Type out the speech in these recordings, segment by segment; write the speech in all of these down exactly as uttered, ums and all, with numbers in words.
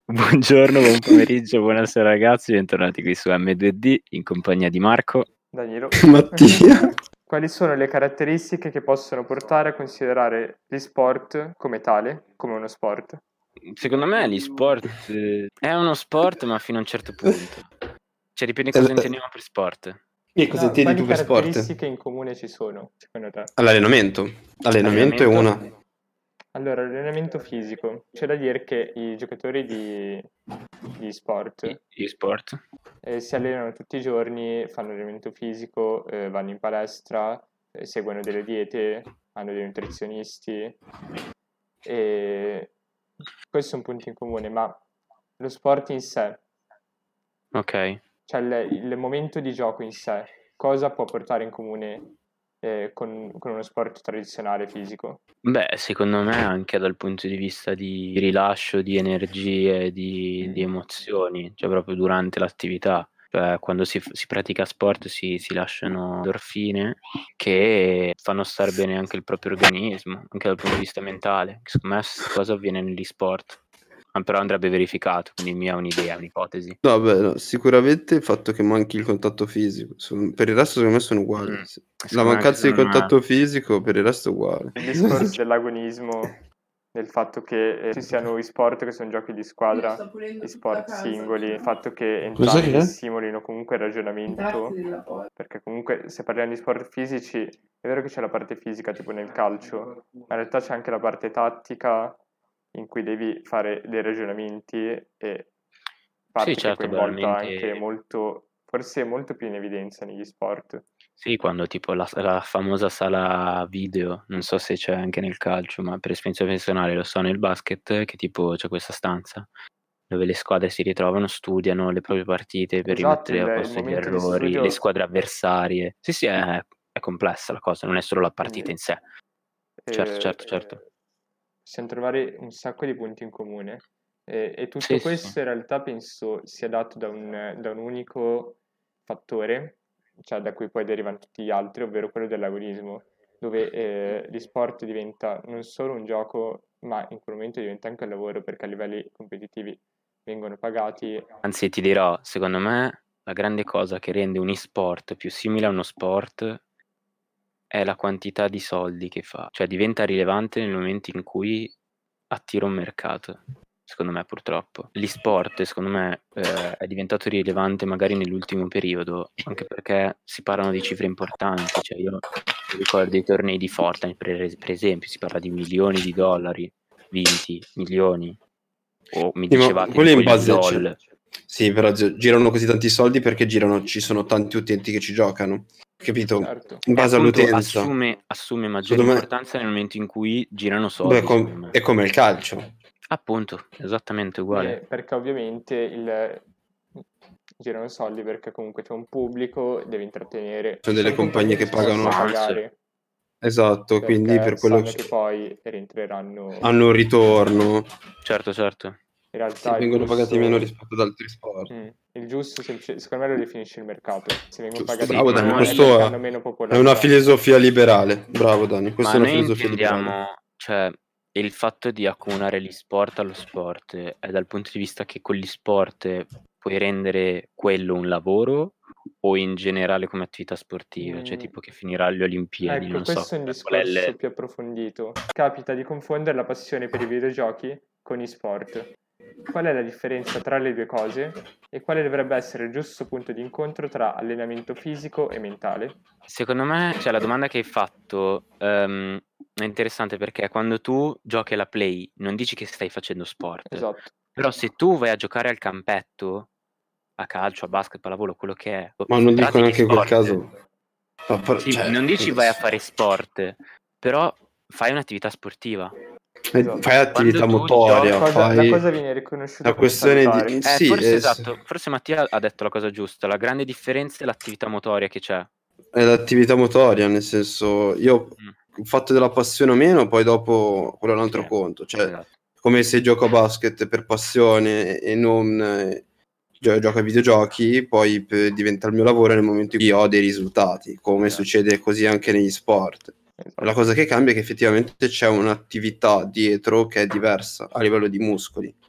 Buongiorno, buon pomeriggio, buonasera ragazzi, bentornati qui su emme due di in compagnia di Marco, Danilo. Mattia. Quali sono le caratteristiche che possono portare a considerare gli sport come tale, come uno sport? Secondo me l'e-sport eh, è uno sport, ma fino a un certo punto. Cioè dipende cosa intendiamo per sport. E cosa No, intendi quali tu per sport? caratteristiche in comune ci sono, secondo te? All'allenamento. Allenamento è Allenamento? una. Allora, l'allenamento fisico. C'è da dire che i giocatori di, di sport I- E-sport? eh, si allenano tutti i giorni, fanno allenamento fisico, eh, vanno in palestra, eh, seguono delle diete, hanno dei nutrizionisti e questo è un punto in comune, ma lo sport in sé, Ok. cioè il, il momento di gioco in sé, cosa può portare in comune eh, con, con uno sport tradizionale fisico? Beh, secondo me anche dal punto di vista di rilascio di energie, di, di emozioni, cioè proprio durante l'attività. Cioè, quando si, si pratica sport si, si lasciano endorfine che fanno stare bene anche il proprio organismo, anche dal punto di vista mentale. Secondo me questa cosa avviene negli sport, ma però andrebbe verificato, quindi mia è un'idea, un'ipotesi. No, beh, no, sicuramente il fatto che manchi il contatto fisico. Sono- per il resto secondo me sono uguali. Mm, Se- La secondo me anche mancanza di secondo me- contatto fisico per il resto è uguale. Il discorso dell'agonismo, del fatto che eh, ci siano i sport che sono giochi di squadra, gli sport singoli, il fatto che Cos'è entrambi che è? stimolino comunque il ragionamento, perché comunque se parliamo di sport fisici è vero che c'è la parte fisica tipo nel calcio, ma in realtà c'è anche la parte tattica in cui devi fare dei ragionamenti e parte Sì, che è certo, coinvolta anche banalmente. molto, forse molto più in evidenza negli sport. Sì, quando tipo la, la famosa sala video, non so se c'è anche nel calcio, ma per esperienza personale lo so nel basket, che tipo c'è questa stanza dove le squadre si ritrovano, studiano le proprie partite per Esatto, rimettere il, a il posto gli momento di errori, studio. le squadre avversarie. Sì, sì, è, è complessa la cosa, non è solo la partita Quindi, in sé. Certo, eh, certo, certo. possiamo trovare un sacco di punti in comune e, e tutto Sì, sì, sì. questo in realtà penso sia dato da un, da un unico fattore, cioè da cui poi derivano tutti gli altri, ovvero quello dell'agonismo, dove eh, l'e-sport diventa non solo un gioco, ma in quel momento diventa anche un lavoro perché a livelli competitivi vengono pagati. Anzi, ti dirò, secondo me la grande cosa che rende un e-sport più simile a uno sport è la quantità di soldi che fa, cioè diventa rilevante nel momento in cui attira un mercato, secondo me purtroppo. L'e-sport, secondo me, eh, è diventato rilevante magari nell'ultimo periodo, anche perché si parlano di cifre importanti, cioè io mi ricordo i tornei di Fortnite, per, per esempio, si parla di milioni di dollari vinti, milioni, o mi Sì, ma dicevate quello tipo in il base. Cioè, LOL. sì, però gi- girano così tanti soldi perché girano, ci sono tanti utenti che ci giocano. Capito? Certo. In E base appunto all'utenza. assume, assume maggiore Secondo me, importanza nel momento in cui girano beh, soldi, secondo com- me. è come il calcio. Appunto, esattamente uguale. E perché ovviamente il, girano soldi perché comunque c'è un pubblico, devi intrattenere. Sono Ci delle sono compagnie compagnie che pagano. disposte a Sponsor. pagare Esatto, quindi perché per quello sanno che che poi rientreranno. hanno un ritorno. Certo, certo. In Sì, realtà il vengono pagati meno giusto, rispetto ad altri sport. mm, il giusto semplice- secondo me lo definisce il mercato. Se vengono Giusto, pagati Sì, bravo di ma Dani, meno è noi, perché hanno questo meno è una popolarità. filosofia liberale. Bravo Dani, questa ma è una noi filosofia liberale. intendiamo, cioè, il fatto di accomunare gli sport allo sport è dal punto di vista che con gli sport puoi rendere quello un lavoro o in generale come attività sportiva, cioè Mm, tipo che finirà alle Olimpiadi, ecco, non so questo è un qual è discorso il. più approfondito. Capita di confondere la passione per i videogiochi con i sport. Qual è la differenza tra le due cose e quale dovrebbe essere il giusto punto di incontro tra allenamento fisico e mentale? Secondo me, cioè, la domanda che hai fatto ehm, è interessante perché quando tu giochi alla Play non dici che stai facendo sport, Esatto. però se tu vai a giocare al campetto, a calcio, a basket, pallavolo, quello che è, Ma non dico pratichi neanche in quel sport. caso. Ma per- Sì, cioè, non dici vai a fare sport, però fai un'attività sportiva. eh, Esatto. fai Quando attività tu La motoria, giochi. cosa, la fai cosa viene riconosciuta la come questione salutare. di. Eh, Sì, forse è, esatto, forse Mattia ha detto la cosa giusta, la grande differenza è l'attività motoria che c'è. è l'attività motoria, nel senso, io Mm, il fatto della passione o meno, poi dopo quello è un sì, altro conto. Cioè, esatto. come se gioco a basket per passione e non eh, gio- gioco ai videogiochi, poi per- diventa il mio lavoro nel momento in cui ho dei risultati, come Esatto. succede così anche negli sport. Esatto. La cosa che cambia è che effettivamente c'è un'attività dietro che è diversa a livello di muscoli,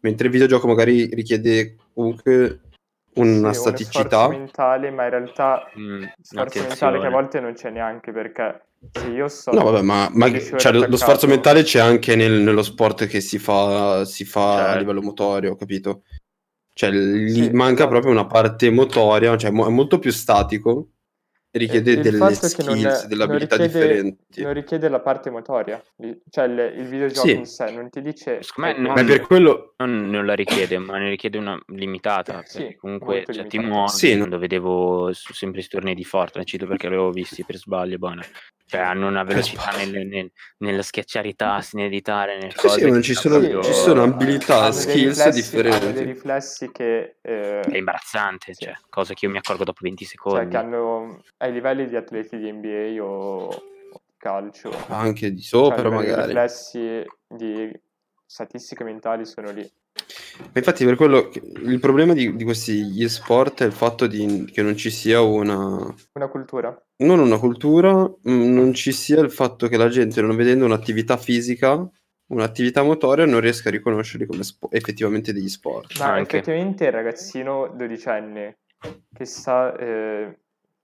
mentre il videogioco magari richiede comunque una sì, staticità. Uno sforzo mentale, ma in realtà Mm, sforzo attenzione. mentale che a volte non c'è neanche, perché se io sto No, vabbè, ma, ma dodici ore cioè, lo, lo sforzo attaccato- mentale c'è anche nel- nello sport che si fa, si fa a Certo. livello motorio, capito? Cioè, lì Sì, manca esatto. proprio una parte motoria, cioè mo- è molto più statico, Eh, richiede il delle fatto è che non, skills, delle non abilità richiede, differenti. non richiede la parte motoria, Li- cioè il, il videogioco Sì. in sé non ti dice... Secondo me fai non, Ma è questo. per quello... non, non la richiede, ma ne richiede una limitata, Sì, perché comunque molto cioè, ti limitata. muovi. Sì, no. Quando vedevo su, sempre i tornei di Fortnite, cito perché l'avevo visti per sbaglio, buona. Cioè hanno una velocità nel, nel, nello schiacciare i tasti, nell'editare, nel Sì, cose sì, ma che ci fa sono, proprio- ci sono abilità, hanno dei skills riflessi, hanno dei differenti. riflessi che... eh, è imbarazzante, sì. cioè, cosa che io mi accorgo dopo venti Cioè secondi. che hanno ai livelli di atleti di N B A o, o calcio, Anche di cioè a sopra, livello di magari. riflessi, di statistiche mentali sono lì. Ma infatti per quello che- il problema di, di questi gli sport è il fatto di, che non ci sia una, Una cultura. non una cultura, mm, non ci sia il fatto che la gente non vedendo un'attività fisica, un'attività motoria, non riesca a riconoscerli come spo- effettivamente degli sport. Ma Anche. effettivamente il ragazzino dodicenne che sa eh,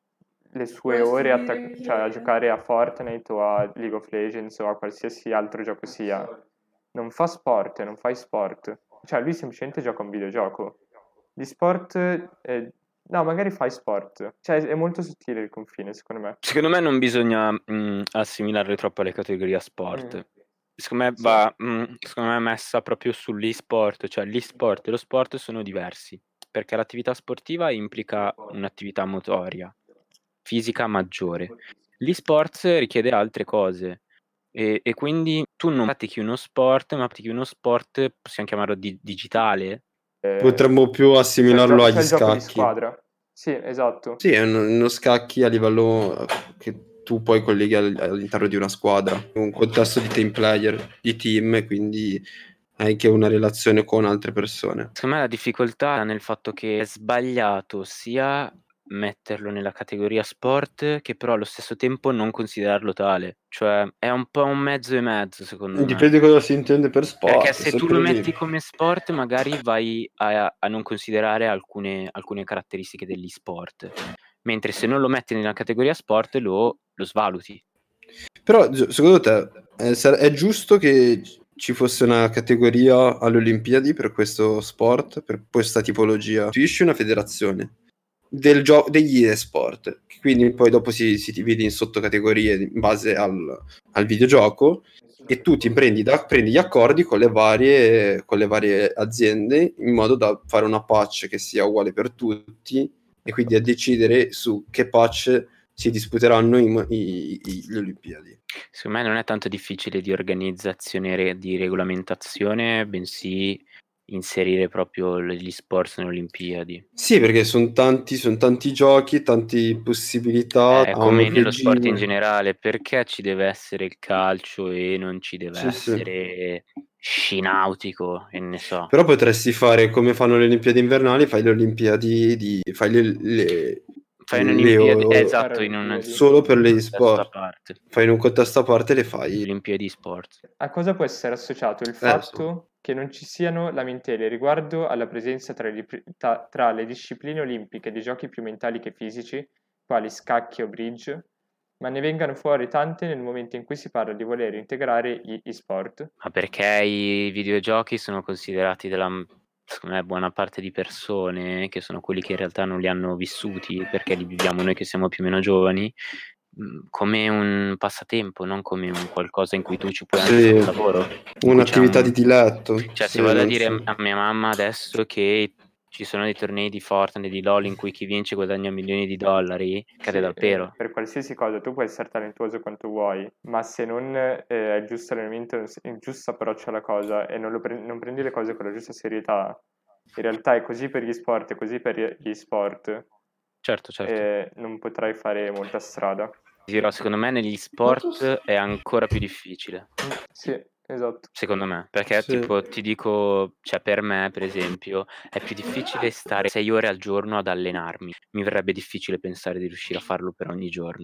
le sue ore attac- cioè, a giocare a Fortnite o a League of Legends o a qualsiasi altro gioco sia, non fa sport, non fai sport. Cioè lui semplicemente gioca un videogioco. Di sport, eh, no, magari fai sport. Cioè è molto sottile il confine, secondo me. Secondo me non bisogna mh, assimilarle troppo alle categorie sport. Mm. Secondo me Sì. va, mh, secondo me è messa proprio sull'e-sport, cioè l'e-sport e lo sport sono diversi, perché l'attività sportiva implica un'attività motoria, fisica maggiore. L'e-sport richiede altre cose e, e quindi tu non pratichi uno sport, ma pratichi uno sport, possiamo chiamarlo di- digitale. Eh, Potremmo più c'è il, assimilarlo gio- agli c'è il gioco di scacchi. squadra. Sì, esatto. Sì, è uno, uno scacchi a livello che tu poi colleghi al- all'interno di una squadra, un contesto di team player, di team, e quindi hai anche una relazione con altre persone. Secondo me la difficoltà sta nel fatto che è sbagliato sia metterlo nella categoria sport che però allo stesso tempo non considerarlo tale. Cioè è un po' un mezzo e mezzo secondo me. Dipende cosa si intende per sport. Perché se tu lo sempre lì. metti come sport magari vai a, a non considerare alcune, alcune caratteristiche degli sport. Mentre se non lo metti nella categoria sport lo, lo svaluti. Però gi- secondo te è, sar- è giusto che ci fosse una categoria alle Olimpiadi per questo sport, per questa tipologia? Istituisci una federazione del gio- degli e-sport, che quindi poi dopo si, si divide in sottocategorie in base al, al videogioco, e tu ti prendi, da- prendi gli accordi con le, varie, con le varie aziende in modo da fare una patch che sia uguale per tutti, e quindi a decidere su che patch si disputeranno i- i- i- le Olimpiadi. Secondo me non è tanto difficile di organizzazione e di regolamentazione, bensì inserire proprio l- gli sport nelle Olimpiadi. Sì, perché sono tanti, son tanti giochi, tante possibilità, È ha come un nello sport in regime. generale, perché ci deve essere il calcio e non ci deve Sì, sì. essere sci nautico e ne so. Però potresti fare come fanno le Olimpiadi invernali, fai le Olimpiadi di... fai le... le, Fai le un'Olimpiadi, o- eh, esatto, in un Paralimpiadi. solo per le contesto a sport. parte. Fai in un contesto a parte, le fai... Olimpiadi sport. A cosa può essere associato il Eh, fatto che non ci siano lamentele riguardo alla presenza tra, le pri- ta- tra le discipline olimpiche di giochi più mentali che fisici, quali scacchi o bridge, ma ne vengano fuori tante nel momento in cui si parla di voler integrare gli e-sport? Ma perché i videogiochi sono considerati dalla, secondo me, buona parte di persone, che sono quelli che in realtà non li hanno vissuti, perché li viviamo noi che siamo più o meno giovani, mh, come un passatempo, non come un qualcosa in cui tu ci puoi anche sì, fare un lavoro. in cui c'è un'attività un- di diletto. Cioè, Sì, se vado a non dire so. a mia mamma adesso che ci sono dei tornei di Fortnite, di LoL in cui chi vince guadagna milioni di dollari, cade Sì, dal eh, pero. per qualsiasi cosa tu puoi essere talentuoso quanto vuoi, ma se non eh, è il giusto allenamento, il giusto approccio alla cosa e non, lo pre- non prendi le cose con la giusta serietà, in realtà è così per gli sport e così per gli sport, Certo, certo. e non potrai fare molta strada. Dirò, secondo me negli sport è ancora più difficile. Mm, sì, esatto. Secondo me, perché Sì. tipo ti dico, cioè per me per esempio è più difficile stare sei ore al giorno ad allenarmi. Mi verrebbe difficile pensare di riuscire a farlo per ogni giorno.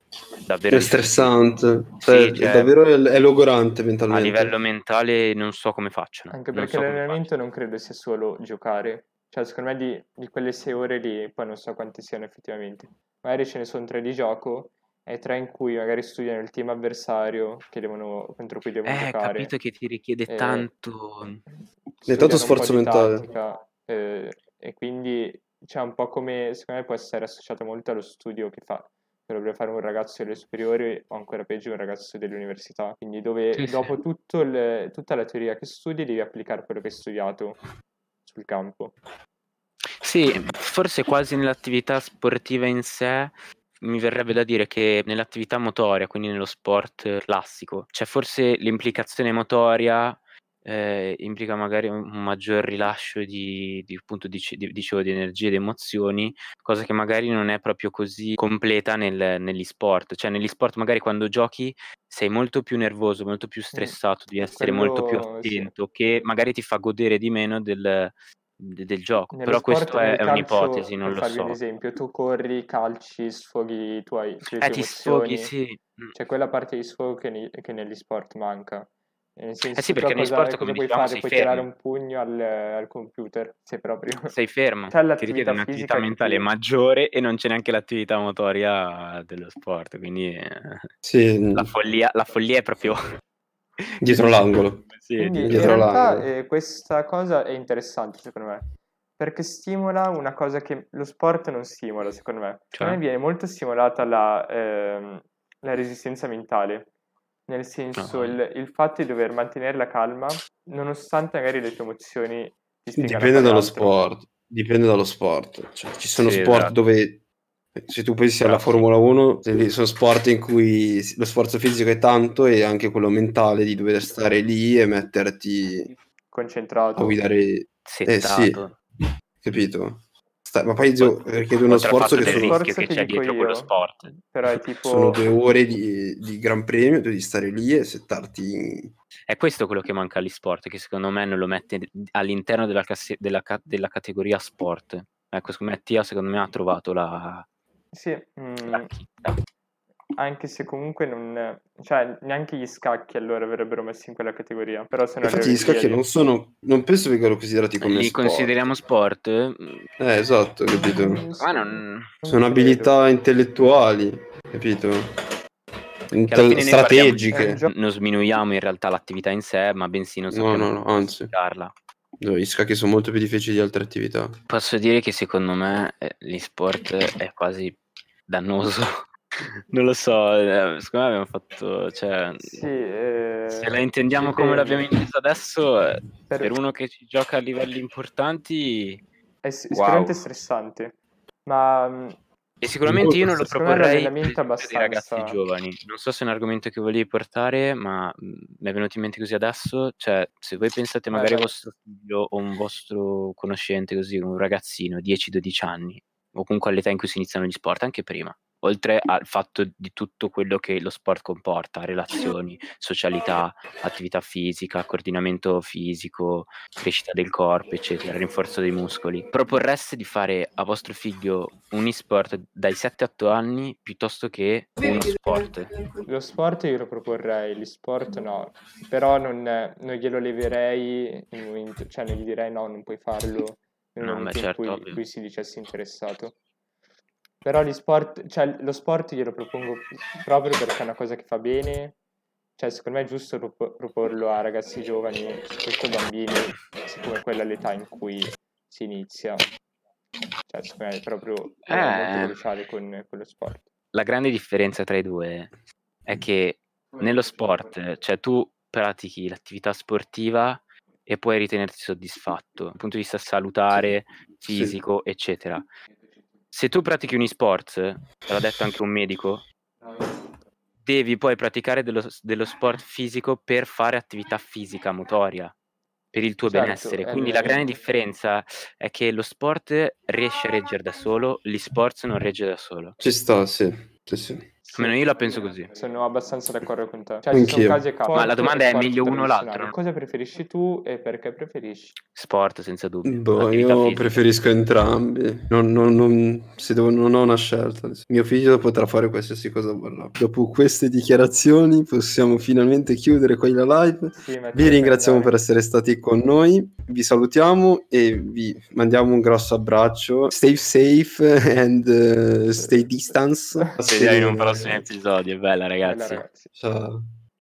davvero È difficile. stressante, Sì, cioè, è cioè, davvero è, è logorante a mentalmente. livello mentale non so come facciano. Anche Non perché so come l'allenamento facciano. non credo sia solo giocare. Cioè, secondo me di, di quelle sei ore lì, poi non so quante siano effettivamente. Magari ce ne sono tre di gioco e tre in cui magari studiano il team avversario che devono, contro cui devono Eh, giocare. capito che ti richiede E tanto. È tanto studiano un po' sforzo di mentale. tattica eh, e quindi c'è un po' come, secondo me può essere associato molto allo studio che fa. Dovrebbe fare un ragazzo delle superiori o ancora peggio un ragazzo dell'università. Quindi dove Sì, sì. dopo tutto il- tutta la teoria che studi devi applicare quello che hai studiato sul campo. Sì, forse quasi nell'attività sportiva in sé mi verrebbe da dire che nell'attività motoria, quindi nello sport classico, cioè forse l'implicazione motoria eh, implica magari un un maggior rilascio di, di, appunto, dice- di- dicevo, di energie ed emozioni, cosa che magari non è proprio così completa nel- negli sport. Cioè negli sport magari quando giochi sei molto più nervoso, molto più Mm, stressato, devi essere molto più quello sì. attento, che magari ti fa godere di meno del, de- del gioco. Nello Però sport, questo è, nel è un'ipotesi, calcio, non per lo farvi un so. esempio, tu corri, calci, sfoghi i tuoi- le Eh, tue ti sfoghi, emozioni. sì. Mm. C'è quella parte di sfogo che, ne- che negli sport manca. Nel Eh sì, senso, tu a perché negli cosa, sport, cosa come puoi dicevamo, fare? sei Puoi tirare fermo. un pugno al, al computer, se proprio... Sei fermo. C'è Ti richiede l'attività un'attività fisica di mentale più. maggiore e non c'è neanche l'attività motoria dello sport. Quindi eh, Sì, la follia, la follia è proprio dietro l'angolo. Sì, è Quindi dietro in Dietro l'angolo. realtà l'angolo. eh, questa cosa è interessante secondo me, perché stimola una cosa che lo sport non stimola secondo me. Secondo Cioè? me viene molto stimolata la, ehm, la resistenza mentale, nel No, senso voglia. il, il fatto di dover mantenere la calma nonostante magari le tue emozioni ti spingano a Dipende fare dallo altro. sport. Dipende dallo sport. Cioè, ci sono Sì, sport esatto. dove, se tu pensi alla Però sì. Formula uno, se lì sono sport in cui lo sforzo fisico è tanto e anche quello mentale di dover stare lì e metterti a Concentrato. guidare. Eh sì, Settato. capito? Sta- Ma poi Ol- io- richiede uno Oltre al sforzo fatto che Lo del sono, rischio sforzo che che c'è dico dietro quello io, sport. però è sono tipo... due ore di, di Gran Premio, tu devi stare lì e settarti. È questo quello che manca agli sport, che secondo me non lo mette all'interno della, classe- della ca- della categoria sport. Ecco, secondo me Tia, secondo me ha trovato la, Sì, la mm, chicca. anche se comunque non... cioè, neanche gli scacchi allora verrebbero messi in quella categoria, però sono alle Infatti gli scacchi non Olimpiadi. sono, non penso vengano considerati come Li sport. consideriamo sport? Mm, Eh, esatto, Mm, capito? Ma s- non... non Sono credo. abilità intellettuali, capito? Che alla Inte- fine noi parliamo, È un strategiche. gioco... non sminuiamo in realtà l'attività in sé, ma bensì non No, sappiamo no, come no, anzi. classificarla. No, gli scacchi sono molto più difficili di altre attività. Posso dire che secondo me eh, l'e-sport è quasi dannoso. Non lo so, eh, secondo me abbiamo fatto, cioè, Sì, se eh, la intendiamo come l'abbiamo dipende. intesa adesso, eh, per Per- uno che ci gioca a livelli importanti, È s- wow. sicuramente stressante, ma mm, E sicuramente io non lo secondo me proporrei per l'allenamento è esempio dei ragazzi abbastanza... giovani. Non so se è un argomento che volevi portare, ma mh, mi è venuto in mente così adesso. Cioè, se voi pensate Vai, magari a vai. vostro figlio o un vostro conoscente, così, un ragazzino, dieci dodici anni, o comunque all'età in cui si iniziano gli sport, anche prima, oltre al fatto di tutto quello che lo sport comporta, relazioni, socialità, attività fisica, coordinamento fisico, crescita del corpo, eccetera, rinforzo dei muscoli. Proporreste di fare a vostro figlio un e-sport dai sette otto anni piuttosto che uno sport? Lo sport io lo proporrei, l'e-sport no, però non, non glielo leverei nel momento, cioè non gli direi no, non puoi farlo nel No, beh, momento in certo, cui ovvio. lui si dicesse interessato. Però l'e-sport, cioè lo sport glielo propongo proprio perché è una cosa che fa bene, cioè secondo me è giusto prop- proporlo a ragazzi giovani, soprattutto bambini, siccome quella è l'età in cui si inizia, cioè secondo me è proprio è molto Eh, cruciale con, con lo sport. la grande differenza tra i due è che nello sport, cioè tu pratichi l'attività sportiva e puoi ritenerti soddisfatto dal punto di vista Sì, salutare, sì. fisico, eccetera. Se tu pratichi un e-sport, te l'ha detto anche un medico, devi poi praticare dello, dello sport fisico per fare attività fisica motoria, per il tuo Certo, benessere. è Quindi la grande allenamento. differenza è che lo sport riesce a reggere da solo, l'e-sport non regge da solo. Ci sta, sì. Sì, sì. Almeno io la penso così. Sono abbastanza d'accordo con te. Cioè, ci sono Anch'io. casi e casi. Ma la domanda è Sport meglio uno o tradizionali. l'altro? Cosa preferisci tu e perché preferisci? Sport, senza dubbio. Boh, L'attività io fisica. preferisco entrambi. Non, non- non- se devo- non ho una scelta. Mio figlio potrà fare qualsiasi cosa vorrà. Dopo queste dichiarazioni possiamo finalmente chiudere qui la live. Sì, Mattia, Vi ringraziamo andare. per essere stati con noi. Vi salutiamo e vi mandiamo un grosso abbraccio. Stay safe and uh, stay distance. Ci vediamo in un prossimo episodio. Bella, ragazzi. Bella, ragazzi. Ciao.